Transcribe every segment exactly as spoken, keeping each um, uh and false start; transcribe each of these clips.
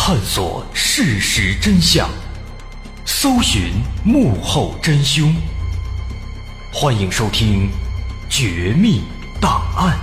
探索事实真相，搜寻幕后真凶。欢迎收听《绝密档案》。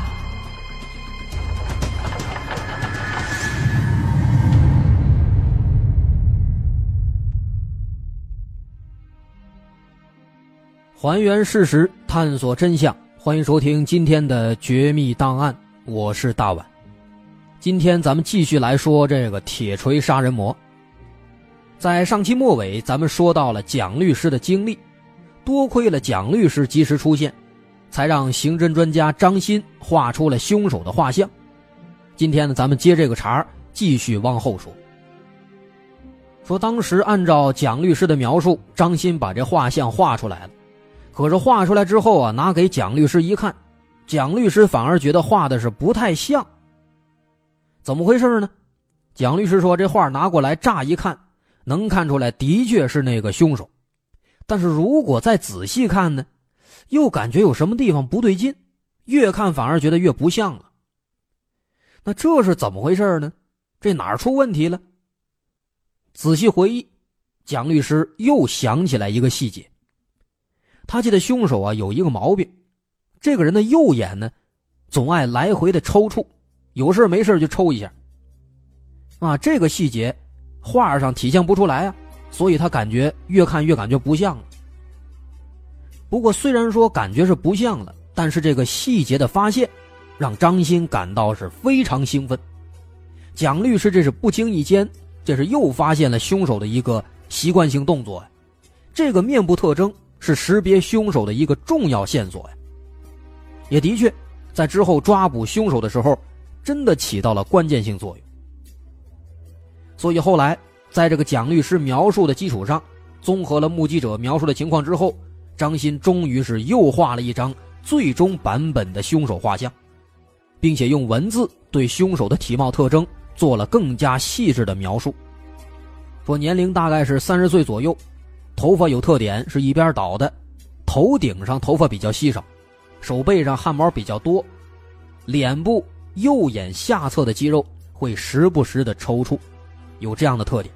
还原事实，探索真相，欢迎收听今天的《绝密档案》，我是大碗。今天咱们继续来说这个铁锤杀人魔。在上期末尾，咱们说到了蒋律师的经历，多亏了蒋律师及时出现，才让刑侦专家张鑫画出了凶手的画像。今天呢，咱们接这个茬继续往后说。说当时按照蒋律师的描述，张鑫把这画像画出来了，可是画出来之后啊，拿给蒋律师一看，蒋律师反而觉得画的是不太像。怎么回事呢？蒋律师说，这画拿过来乍一看，能看出来的确是那个凶手，但是如果再仔细看呢，又感觉有什么地方不对劲，越看反而觉得越不像了。那这是怎么回事呢？这哪儿出问题了？仔细回忆，蒋律师又想起来一个细节。他记得凶手啊有一个毛病，这个人的右眼呢总爱来回的抽搐，有事没事就抽一下。啊，这个细节画上体现不出来啊，所以他感觉越看越感觉不像了。不过虽然说感觉是不像了，但是这个细节的发现让张鑫感到是非常兴奋。蒋律师这是不经意间，这是又发现了凶手的一个习惯性动作呀。这个面部特征是识别凶手的一个重要线索呀。也的确在之后抓捕凶手的时候真的起到了关键性作用。所以后来在这个蒋律师描述的基础上，综合了目击者描述的情况之后，张鑫终于是又画了一张最终版本的凶手画像，并且用文字对凶手的体貌特征做了更加细致的描述。说年龄大概是三十岁左右，头发有特点是一边倒的，头顶上头发比较稀少，手背上汗毛比较多，脸部右眼下侧的肌肉会时不时的抽搐，有这样的特点。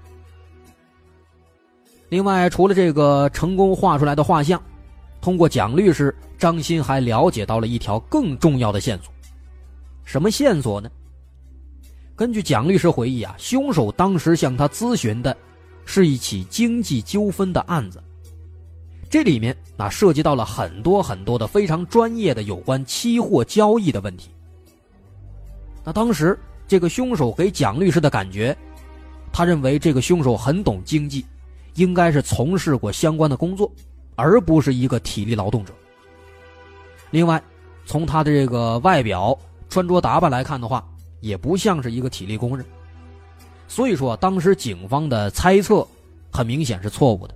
另外除了这个成功画出来的画像，通过蒋律师，张鑫还了解到了一条更重要的线索。什么线索呢？根据蒋律师回忆啊，凶手当时向他咨询的是一起经济纠纷的案子，这里面那涉及到了很多很多的非常专业的有关期货交易的问题。那当时这个凶手给蒋律师的感觉，他认为这个凶手很懂经济，应该是从事过相关的工作，而不是一个体力劳动者。另外从他的这个外表穿着打扮来看的话，也不像是一个体力工人。所以说当时警方的猜测很明显是错误的。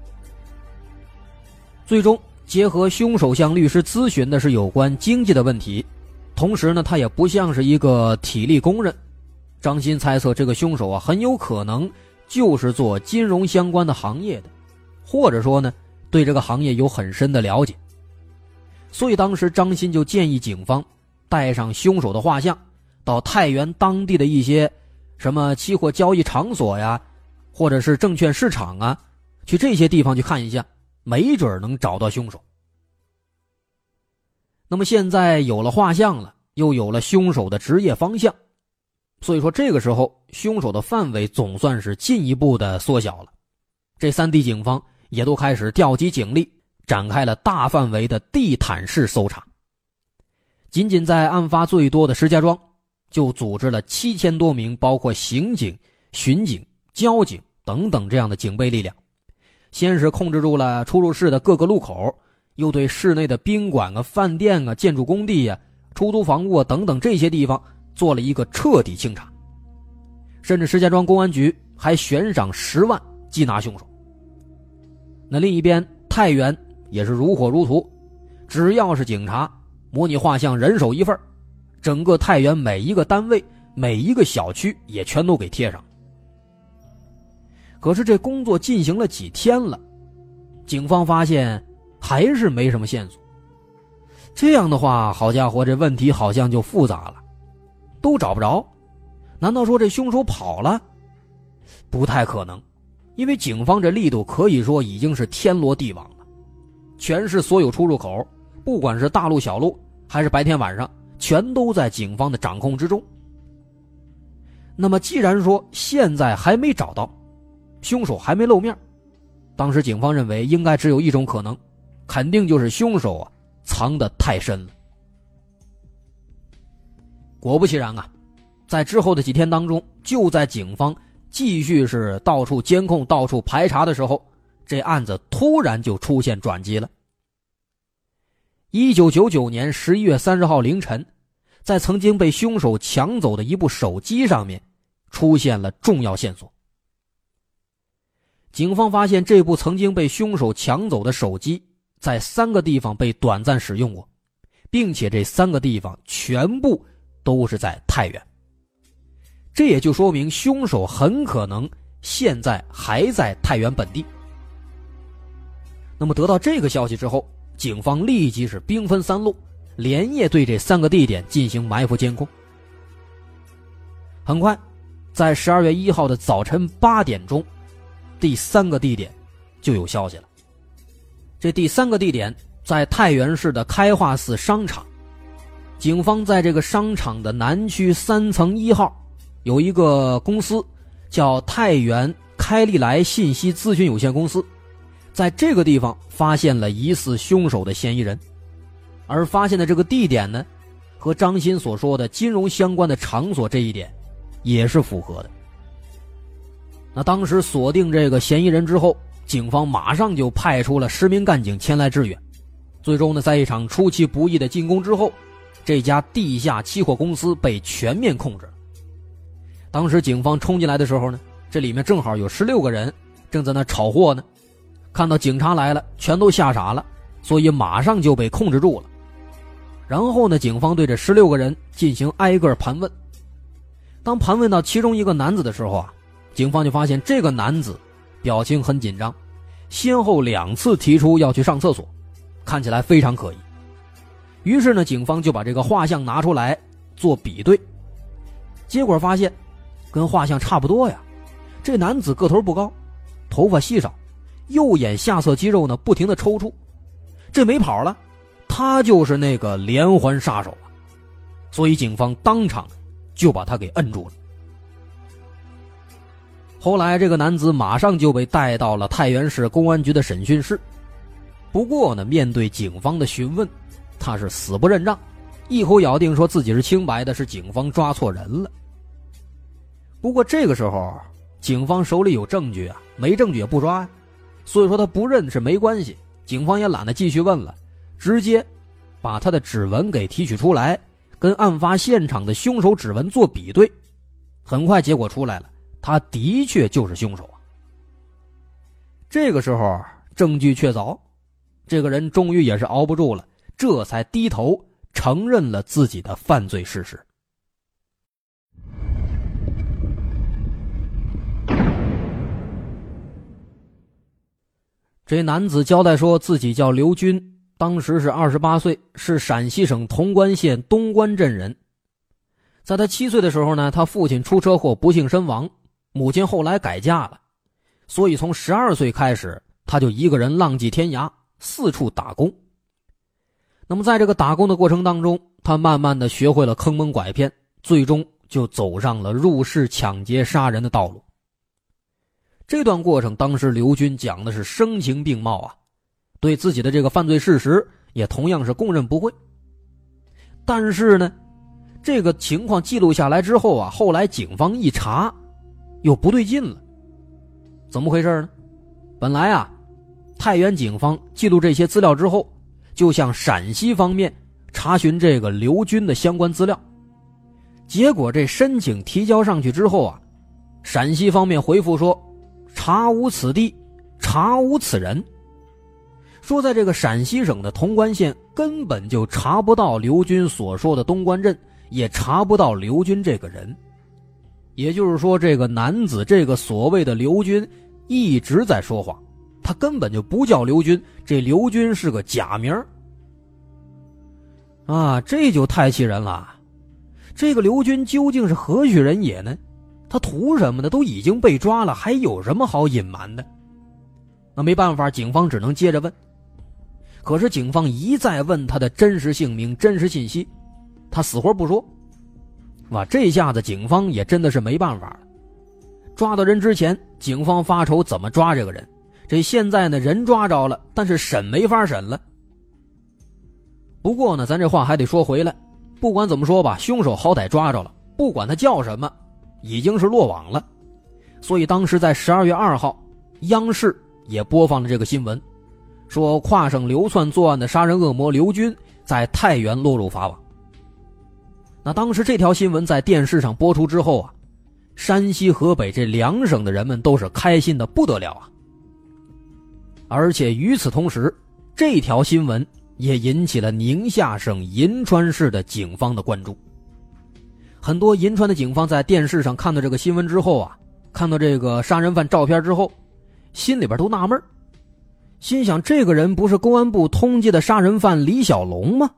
最终结合凶手向律师咨询的是有关经济的问题，同时呢他也不像是一个体力工人，张鑫猜测这个凶手啊很有可能就是做金融相关的行业的，或者说呢对这个行业有很深的了解。所以当时张鑫就建议警方带上凶手的画像到太原当地的一些什么期货交易场所呀，或者是证券市场啊，去这些地方去看一下，没准能找到凶手。那么现在有了画像了，又有了凶手的职业方向，所以说这个时候凶手的范围总算是进一步的缩小了。这三地警方也都开始调集警力，展开了大范围的地毯式搜查。仅仅在案发最多的石家庄，就组织了七千多名包括刑警、巡警、交警等等这样的警备力量，先是控制住了出入市的各个路口，又对市内的宾馆啊、饭店啊、建筑工地啊、出租房屋啊等等这些地方做了一个彻底清查。甚至石家庄公安局还悬赏十万缉拿凶手。那另一边太原也是如火如荼，只要是警察，模拟画像人手一份，整个太原每一个单位每一个小区也全都给贴上。可是这工作进行了几天了，警方发现还是没什么线索。这样的话，好家伙，这问题好像就复杂了，都找不着。难道说这凶手跑了？ 不太可能，因为警方这力度可以说已经是天罗地网了，全市所有出入口，不管是大路小路还是白天晚上，全都在警方的掌控之中。那么既然说现在还没找到，凶手还没露面，当时警方认为应该只有一种可能，肯定就是凶手啊藏得太深了。果不其然啊，在之后的几天当中，就在警方继续是到处监控到处排查的时候，这案子突然就出现转机了。一九九九年十一月三十号凌晨，在曾经被凶手抢走的一部手机上面出现了重要线索。警方发现这部曾经被凶手抢走的手机在三个地方被短暂使用过，并且这三个地方全部都是在太原。这也就说明凶手很可能现在还在太原本地。那么得到这个消息之后，警方立即是兵分三路，连夜对这三个地点进行埋伏监控。很快，在十二月一号的早晨八点钟，第三个地点就有消息了。这第三个地点在太原市的开化寺商场，警方在这个商场的南区三层一号有一个公司叫太原开利来信息咨询有限公司，在这个地方发现了疑似凶手的嫌疑人，而发现的这个地点呢，和张鑫所说的金融相关的场所这一点也是符合的。那当时锁定这个嫌疑人之后，警方马上就派出了十名干警前来支援。最终呢，在一场出其不意的进攻之后，这家地下期货公司被全面控制。当时警方冲进来的时候呢，这里面正好有十六个人正在那炒货呢，看到警察来了，全都吓傻了，所以马上就被控制住了。然后呢，警方对这十六个人进行挨个盘问。当盘问到其中一个男子的时候啊，警方就发现这个男子表情很紧张，先后两次提出要去上厕所，看起来非常可疑。于是呢，警方就把这个画像拿出来做比对，结果发现跟画像差不多呀。这男子个头不高，头发稀少，右眼下侧肌肉呢不停地抽搐，这没跑了，他就是那个连环杀手啊！所以警方当场就把他给摁住了。后来这个男子马上就被带到了太原市公安局的审讯室。不过呢，面对警方的询问，他是死不认账，一口咬定说自己是清白的，是警方抓错人了。不过这个时候警方手里有证据啊，没证据也不抓呀，所以说他不认是没关系，警方也懒得继续问了，直接把他的指纹给提取出来，跟案发现场的凶手指纹做比对。很快结果出来了，他的确就是凶手啊。这个时候证据确凿，这个人终于也是熬不住了，这才低头承认了自己的犯罪事实。这男子交代说自己叫刘军，当时是二十八岁，是陕西省潼关县东关镇人。在他七岁的时候呢，他父亲出车祸不幸身亡，母亲后来改嫁了，所以从十二岁开始，他就一个人浪迹天涯，四处打工。那么在这个打工的过程当中，他慢慢的学会了坑蒙拐骗，最终就走上了入室抢劫杀人的道路。这段过程当时刘军讲的是声情并茂啊，对自己的这个犯罪事实也同样是供认不讳。但是呢，这个情况记录下来之后啊，后来警方一查又不对劲了。怎么回事呢？本来啊，太原警方记录这些资料之后，就向陕西方面查询这个刘军的相关资料。结果这申请提交上去之后啊，陕西方面回复说查无此地，查无此人，说在这个陕西省的潼关县根本就查不到刘军所说的东关镇，也查不到刘军这个人。也就是说，这个男子，这个所谓的刘军一直在说谎，他根本就不叫刘军，这刘军是个假名啊，这就太气人了。这个刘军究竟是何许人也呢？ 他图什么呢？都已经被抓了，还有什么好隐瞒的？那没办法，警方只能接着问。可是警方一再问他的真实姓名、真实信息，他死活不说。哇，这下子警方也真的是没办法了。抓到人之前，警方发愁怎么抓这个人，这现在呢，人抓着了，但是审没法审了。不过呢，咱这话还得说回来，不管怎么说吧，凶手好歹抓着了，不管他叫什么，已经是落网了。所以当时在十二月二号，央视也播放了这个新闻，说跨省流窜作案的杀人恶魔刘军在太原落入法网。那当时这条新闻在电视上播出之后啊，山西、河北这两省的人们都是开心的不得了啊。而且与此同时，这条新闻也引起了宁夏省银川市的警方的关注。很多银川的警方在电视上看到这个新闻之后啊，看到这个杀人犯照片之后，心里边都纳闷，心想这个人不是公安部通缉的杀人犯李小龙吗？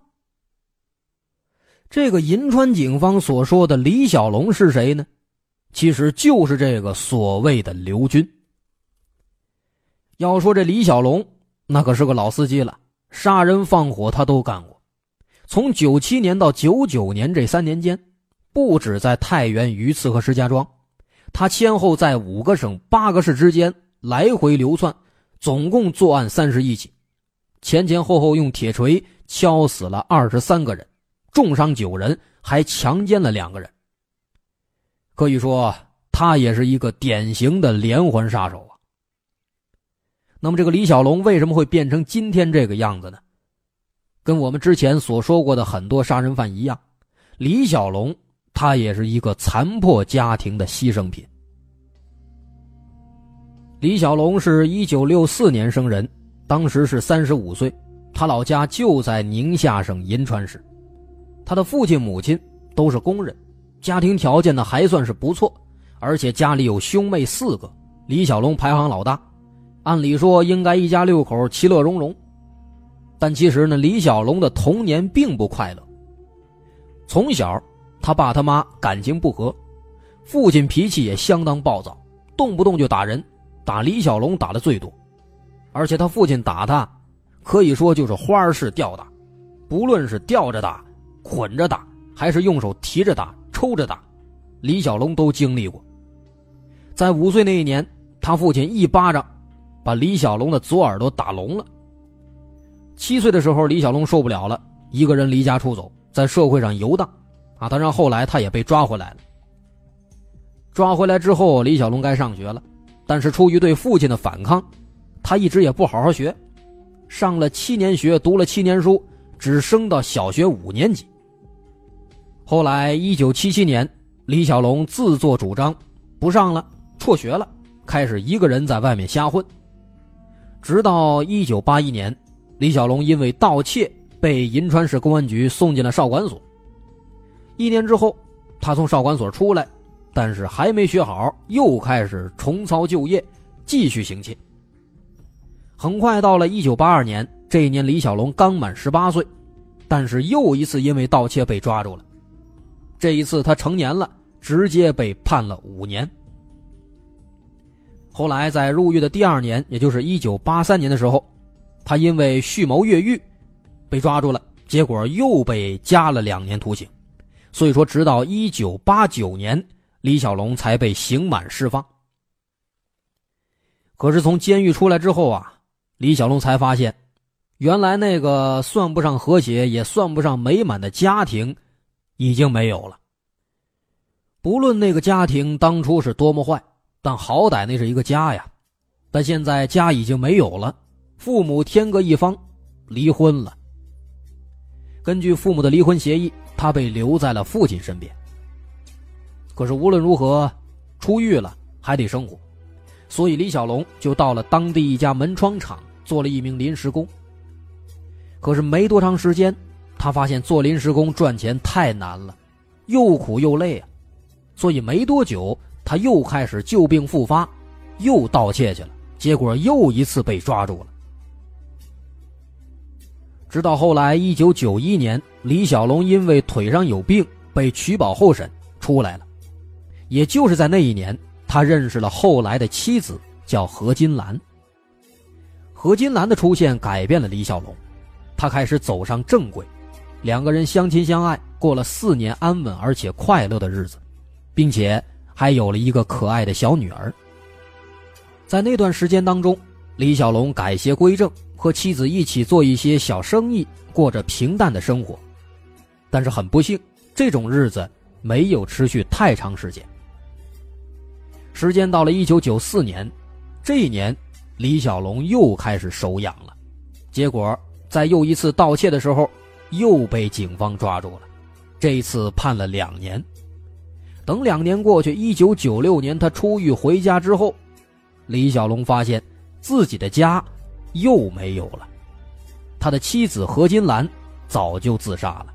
这个银川警方所说的李小龙是谁呢？其实就是这个所谓的刘军。要说这李小龙，那可是个老司机了，杀人放火他都干过。从九七年到九九年这三年间，不止在太原、榆次和石家庄，他先后在五个省八个市之间来回流窜，总共作案三十一起，前前后后用铁锤敲死了二十三个人，重伤九人，还强奸了两个人。可以说他也是一个典型的连环杀手啊。那么这个李小龙为什么会变成今天这个样子呢？跟我们之前所说过的很多杀人犯一样，李小龙他也是一个残破家庭的牺牲品。李小龙是一九六四年生人，当时是三十五岁，他老家就在宁夏省银川市。他的父亲母亲都是工人，家庭条件呢还算是不错，而且家里有兄妹四个，李小龙排行老大，按理说应该一家六口其乐融融。但其实呢，李小龙的童年并不快乐。从小他爸他妈感情不和，父亲脾气也相当暴躁，动不动就打人，打李小龙打的最多。而且他父亲打他可以说就是花式吊打，不论是吊着打、捆着打，还是用手提着打、抽着打，李小龙都经历过。在五岁那一年，他父亲一巴掌把李小龙的左耳朵打聋了。七岁的时候，李小龙受不了了，一个人离家出走，在社会上游荡啊。当然后来他也被抓回来了。抓回来之后，李小龙该上学了，但是出于对父亲的反抗，他一直也不好好学，上了七年学，读了七年书，只升到小学五年级。后来一九七七年，李小龙自作主张不上了，辍学了，开始一个人在外面瞎混。直到一九八一年，李小龙因为盗窃被银川市公安局送进了少管所。一年之后，他从少管所出来，但是还没学好，又开始重操旧业，继续行窃。很快到了一九八二年，这一年李小龙刚满十八岁，但是又一次因为盗窃被抓住了。这一次他成年了，直接被判了五年。后来在入狱的第二年，也就是一九八三年的时候，他因为蓄谋越狱被抓住了，结果又被加了两年徒刑。所以说直到一九八九年，李小龙才被刑满释放。可是从监狱出来之后啊，李小龙才发现，原来那个算不上和谐也算不上美满的家庭已经没有了。不论那个家庭当初是多么坏，但好歹那是一个家呀。但现在家已经没有了，父母天各一方，离婚了。根据父母的离婚协议，他被留在了父亲身边。可是无论如何，出狱了还得生活，所以李小龙就到了当地一家门窗厂做了一名临时工。可是没多长时间，他发现做临时工赚钱太难了，又苦又累啊，所以没多久他又开始旧病复发，又盗窃去了，结果又一次被抓住了。直到后来一九九一年，李小龙因为腿上有病被取保候审出来了， 也就是在那一年，他认识了后来的妻子，叫何金兰。何金兰的出现改变了李小龙，他开始走上正轨，两个人相亲相爱，过了四年安稳而且快乐的日子，并且还有了一个可爱的小女儿。在那段时间当中，李小龙改邪归正，和妻子一起做一些小生意，过着平淡的生活。但是很不幸，这种日子没有持续太长时间。时间到了一九九四年，这一年李小龙又开始手痒了，结果在又一次盗窃的时候又被警方抓住了，这一次判了两年。等两年过去，一九九六年他出狱回家之后，李小龙发现自己的家又没有了，他的妻子何金兰早就自杀了。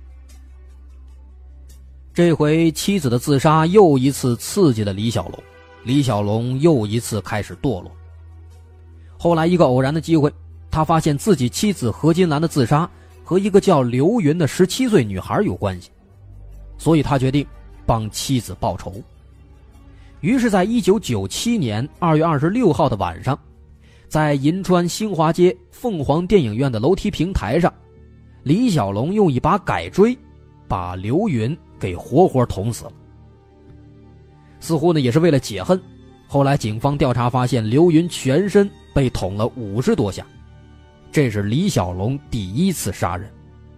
这回妻子的自杀又一次刺激了李小龙，李小龙又一次开始堕落。后来一个偶然的机会，他发现自己妻子何金兰的自杀和一个叫刘云的十七岁女孩有关系，所以他决定帮妻子报仇。于是在一九九七年二月二十六号的晚上，在银川新华街凤凰电影院的楼梯平台上，李小龙用一把改锥把刘云给活活捅死了。似乎呢也是为了解恨，后来警方调查发现刘云全身被捅了五十多下，这是李小龙第一次杀人。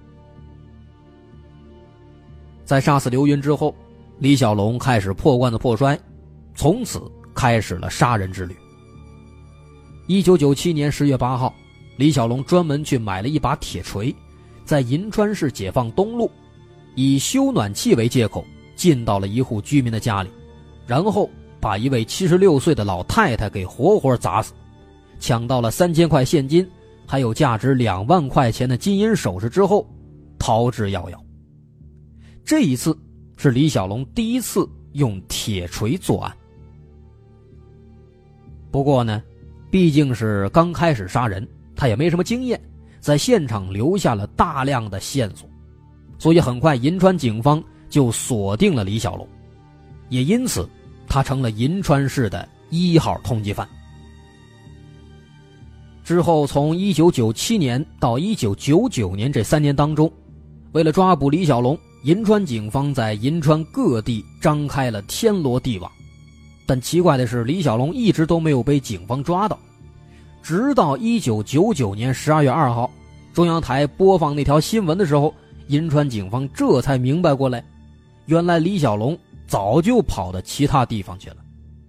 在杀死刘云之后，李小龙开始破罐子破摔，从此开始了杀人之旅。一九九七年十月八号，李小龙专门去买了一把铁锤，在银川市解放东路以修暖气为借口进到了一户居民的家里，然后把一位七十六岁的老太太给活活砸死，抢到了三千块现金还有价值两万块钱的金银首饰之后逃之夭夭。这一次是李小龙第一次用铁锤作案。不过呢，毕竟是刚开始杀人，他也没什么经验，在现场留下了大量的线索，所以很快银川警方就锁定了李小龙，也因此他成了银川市的一号通缉犯。之后从一九九七年到一九九九年这三年当中，为了抓捕李小龙，银川警方在银川各地张开了天罗地网。但奇怪的是，李小龙一直都没有被警方抓到，直到一九九九年十二月二号，中央台播放那条新闻的时候，银川警方这才明白过来，原来李小龙早就跑到其他地方去了。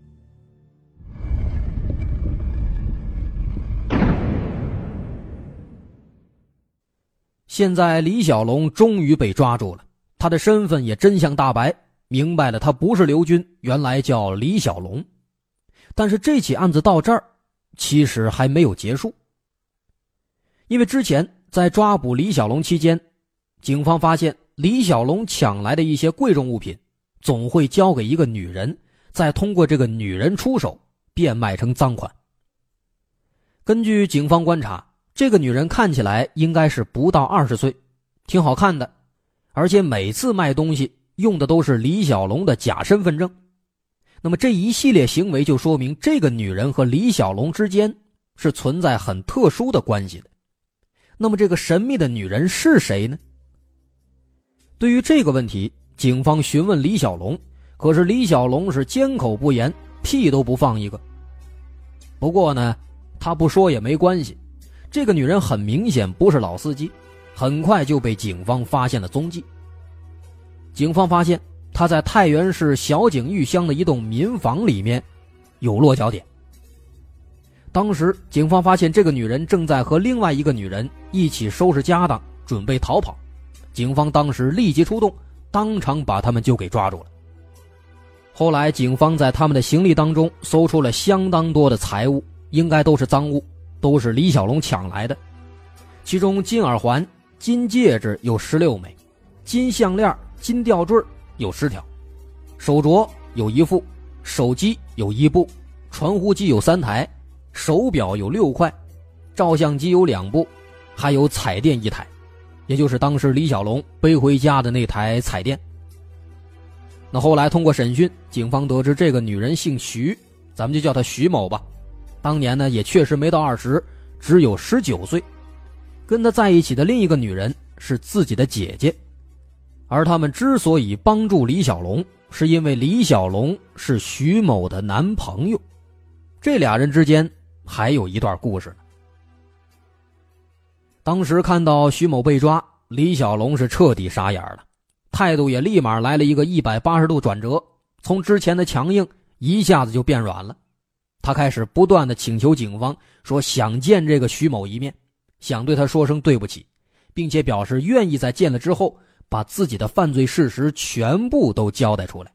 现在李小龙终于被抓住了，他的身份也真相大白，明白了他不是刘军，原来叫李小龙。但是这起案子到这儿其实还没有结束，因为之前在抓捕李小龙期间，警方发现李小龙抢来的一些贵重物品总会交给一个女人，再通过这个女人出手变卖成赃款。根据警方观察，这个女人看起来应该是不到二十岁，挺好看的，而且每次卖东西用的都是李小龙的假身份证。那么这一系列行为就说明这个女人和李小龙之间是存在很特殊的关系的。那么这个神秘的女人是谁呢？对于这个问题，警方询问李小龙，可是李小龙是缄口不言，屁都不放一个。不过呢，他不说也没关系，这个女人很明显不是老司机，很快就被警方发现了踪迹。警方发现她在太原市小井峪乡的一栋民房里面有落脚点。当时警方发现这个女人正在和另外一个女人一起收拾家当，准备逃跑。警方当时立即出动，当场把他们就给抓住了。后来警方在他们的行李当中搜出了相当多的财物，应该都是赃物，都是李小龙抢来的。其中金耳环、金戒指有十六枚，金项链、金吊坠有十条，手镯有一副，手机有一部，传呼机有三台，手表有六块，照相机有两部，还有彩电一台，也就是当时李小龙背回家的那台彩电。 那后来通过审讯，警方得知这个女人姓徐，咱们就叫她徐某吧。当年呢也确实没到二十，只有十九岁。跟她在一起的另一个女人是自己的姐姐。而他们之所以帮助李小龙，是因为李小龙是徐某的男朋友。这俩人之间还有一段故事呢。当时看到徐某被抓，李小龙是彻底傻眼了，态度也立马来了一个一百八十度转折，从之前的强硬一下子就变软了。他开始不断的请求警方，说想见这个徐某一面，想对他说声对不起，并且表示愿意在见了之后把自己的犯罪事实全部都交代出来。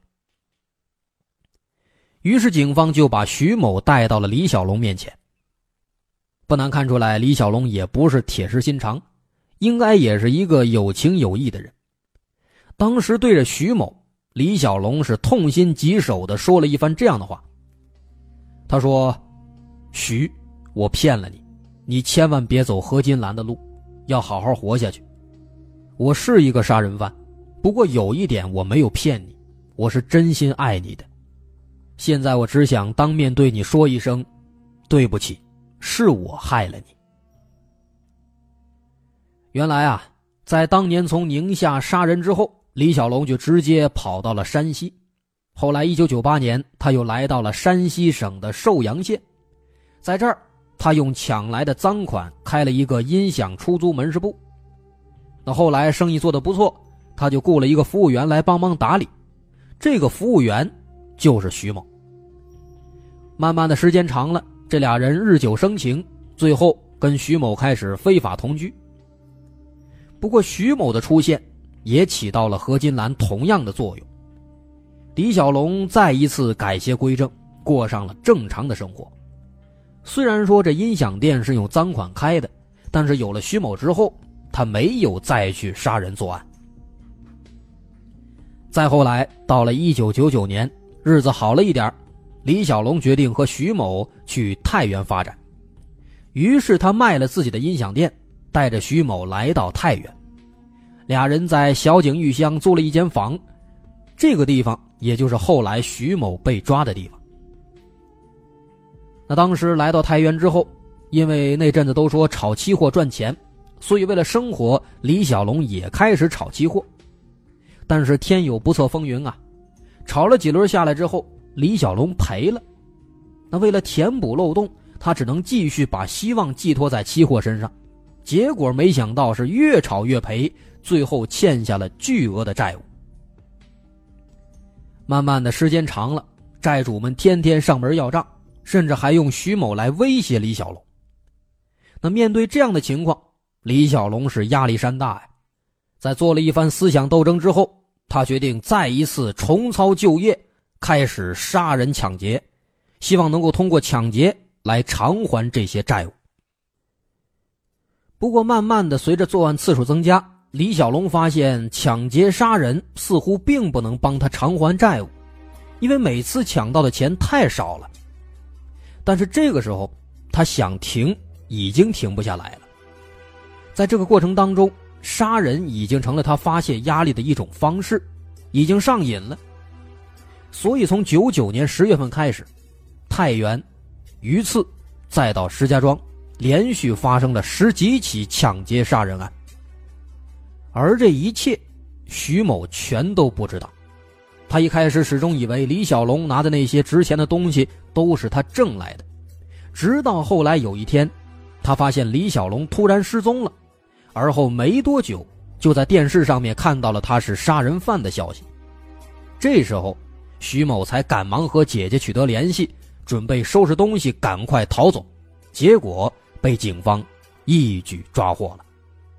于是警方就把徐某带到了李小龙面前。不难看出来，李小龙也不是铁石心肠，应该也是一个有情有义的人。当时对着徐某，李小龙是痛心疾首地说了一番这样的话。他说：徐，我骗了你，你千万别走何金兰的路，要好好活下去。我是一个杀人犯，不过有一点我没有骗你，我是真心爱你的。现在我只想当面对你说一声对不起，是我害了你。原来啊，在当年从宁夏杀人之后，李小龙就直接跑到了山西。后来一九九八年，他又来到了山西省的寿阳县。在这儿，他用抢来的赃款开了一个音响出租门市部。那后来生意做得不错，他就雇了一个服务员来帮忙打理。这个服务员就是徐某。慢慢的时间长了，这俩人日久生情，最后跟徐某开始非法同居。不过徐某的出现也起到了何金兰同样的作用。李小龙再一次改邪归正，过上了正常的生活。虽然说这音响店是用赃款开的，但是有了徐某之后，他没有再去杀人作案。再后来到了一九九九年，日子好了一点，李小龙决定和徐某去太原发展。于是他卖了自己的音响店，带着徐某来到太原。俩人在小井峪乡租了一间房，这个地方也就是后来徐某被抓的地方。那当时来到太原之后，因为那阵子都说炒期货赚钱，所以为了生活，李小龙也开始炒期货。但是天有不测风云啊，炒了几轮下来之后，李小龙赔了。那为了填补漏洞，他只能继续把希望寄托在期货身上，结果没想到是越炒越赔，最后欠下了巨额的债务。慢慢的时间长了，债主们天天上门要账，甚至还用徐某来威胁李小龙。那面对这样的情况，李小龙是压力山大呀。在做了一番思想斗争之后，他决定再一次重操旧业，开始杀人抢劫，希望能够通过抢劫来偿还这些债务。不过慢慢的随着作案次数增加，李小龙发现抢劫杀人似乎并不能帮他偿还债务，因为每次抢到的钱太少了。但是这个时候他想停已经停不下来了。在这个过程当中，杀人已经成了他发泄压力的一种方式，已经上瘾了。所以从九九年十月份开始，太原、榆次再到石家庄，连续发生了十几起抢劫杀人案。而这一切徐某全都不知道。他一开始始终以为李小龙拿的那些值钱的东西都是他挣来的，直到后来有一天，他发现李小龙突然失踪了，而后没多久就在电视上面看到了他是杀人犯的消息。这时候徐某才赶忙和姐姐取得联系，准备收拾东西赶快逃走，结果被警方一举抓获了。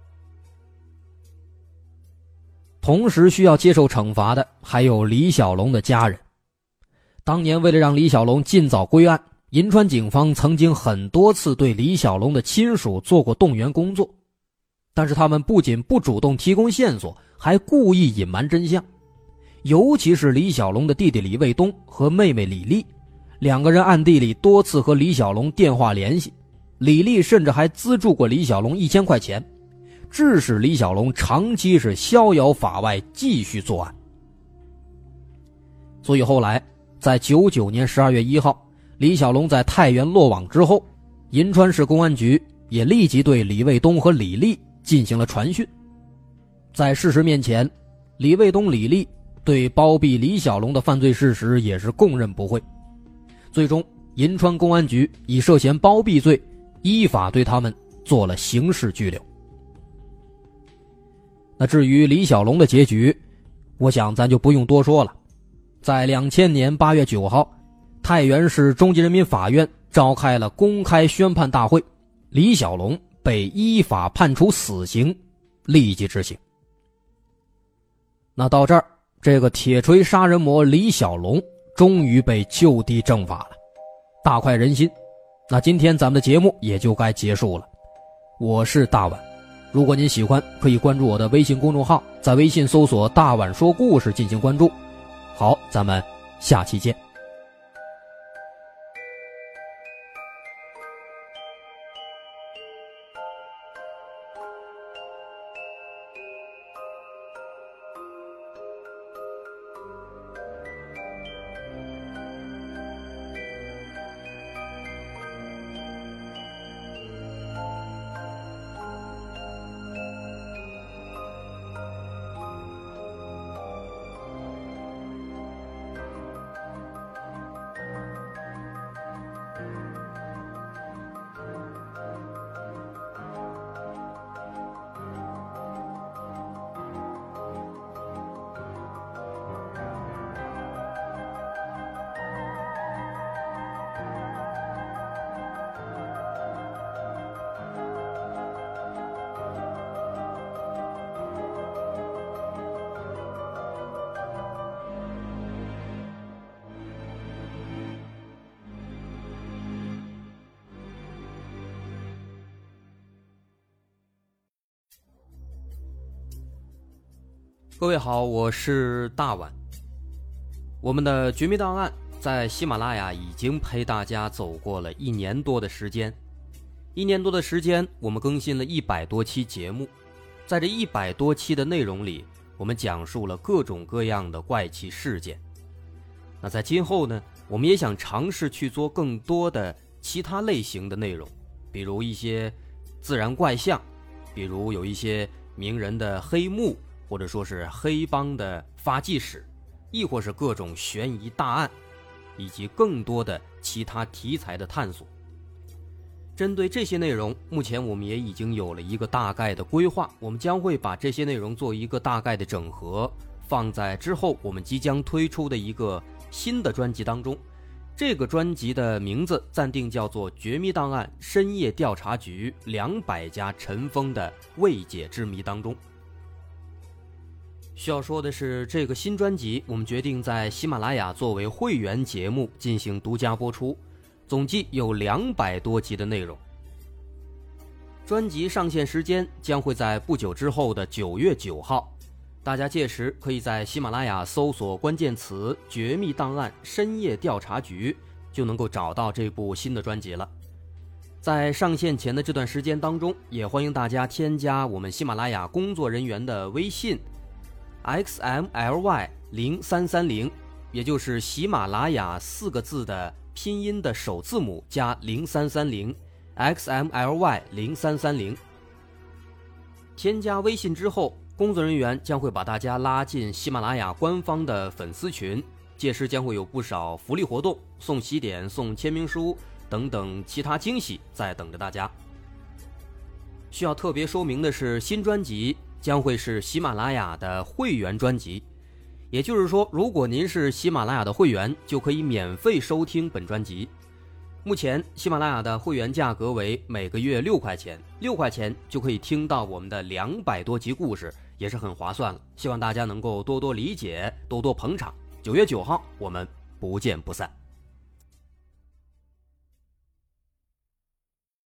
同时需要接受惩罚的还有李小龙的家人。当年为了让李小龙尽早归案，银川警方曾经很多次对李小龙的亲属做过动员工作，但是他们不仅不主动提供线索，还故意隐瞒真相。尤其是李小龙的弟弟李卫东和妹妹李丽，两个人暗地里多次和李小龙电话联系，李丽甚至还资助过李小龙一千块钱，致使李小龙长期是逍遥法外，继续作案。 所以后来在九九年十二月一号，李小龙在太原落网之后，银川市公安局也立即对李卫东和李丽进行了传讯。在事实面前，李卫东、李丽对包庇李小龙的犯罪事实也是供认不讳。最终银川公安局以涉嫌包庇罪依法对他们做了刑事拘留。那至于李小龙的结局，我想咱就不用多说了。在两千年八月九号，太原市中级人民法院召开了公开宣判大会，李小龙被依法判处死刑，立即执行。那到这儿，这个铁锤杀人魔李小龙终于被就地正法了，大快人心。那今天咱们的节目也就该结束了。我是大碗，如果您喜欢，可以关注我的微信公众号，在微信搜索大碗说故事进行关注。好，咱们下期见。各位好，我是大碗。我们的绝密档案在喜马拉雅已经陪大家走过了一年多的时间，一年多的时间，我们更新了一百多期节目。在这一百多期的内容里，我们讲述了各种各样的怪奇事件。那在今后呢，我们也想尝试去做更多的其他类型的内容，比如一些自然怪象，比如有一些名人的黑幕，或者说是黑帮的发迹史，亦或是各种悬疑大案，以及更多的其他题材的探索。针对这些内容，目前我们也已经有了一个大概的规划，我们将会把这些内容做一个大概的整合，放在之后我们即将推出的一个新的专辑当中。这个专辑的名字暂定叫做《绝密档案深夜调查局两百家尘封的未解之谜》当中。需要说的是，这个新专辑我们决定在喜马拉雅作为会员节目进行独家播出，总计有两百多集的内容。专辑上线时间将会在不久之后的九月九号，大家届时可以在喜马拉雅搜索关键词绝密档案深夜调查局，就能够找到这部新的专辑了。在上线前的这段时间当中，也欢迎大家添加我们喜马拉雅工作人员的微信 X M L Y 零三三零， 也就是喜马拉雅四个字的拼音的首字母加零三三零 X M L Y 零三三零。添加微信之后，工作人员将会把大家拉进喜马拉雅官方的粉丝群，届时将会有不少福利活动，送喜点、送签名书等等其他惊喜在等着大家。需要特别说明的是，新专辑将会是喜马拉雅的会员专辑，也就是说，如果您是喜马拉雅的会员，就可以免费收听本专辑。目前喜马拉雅的会员价格为每个月六块钱，六块钱就可以听到我们的两百多集故事，也是很划算了。希望大家能够多多理解，多多捧场。九月九号，我们不见不散。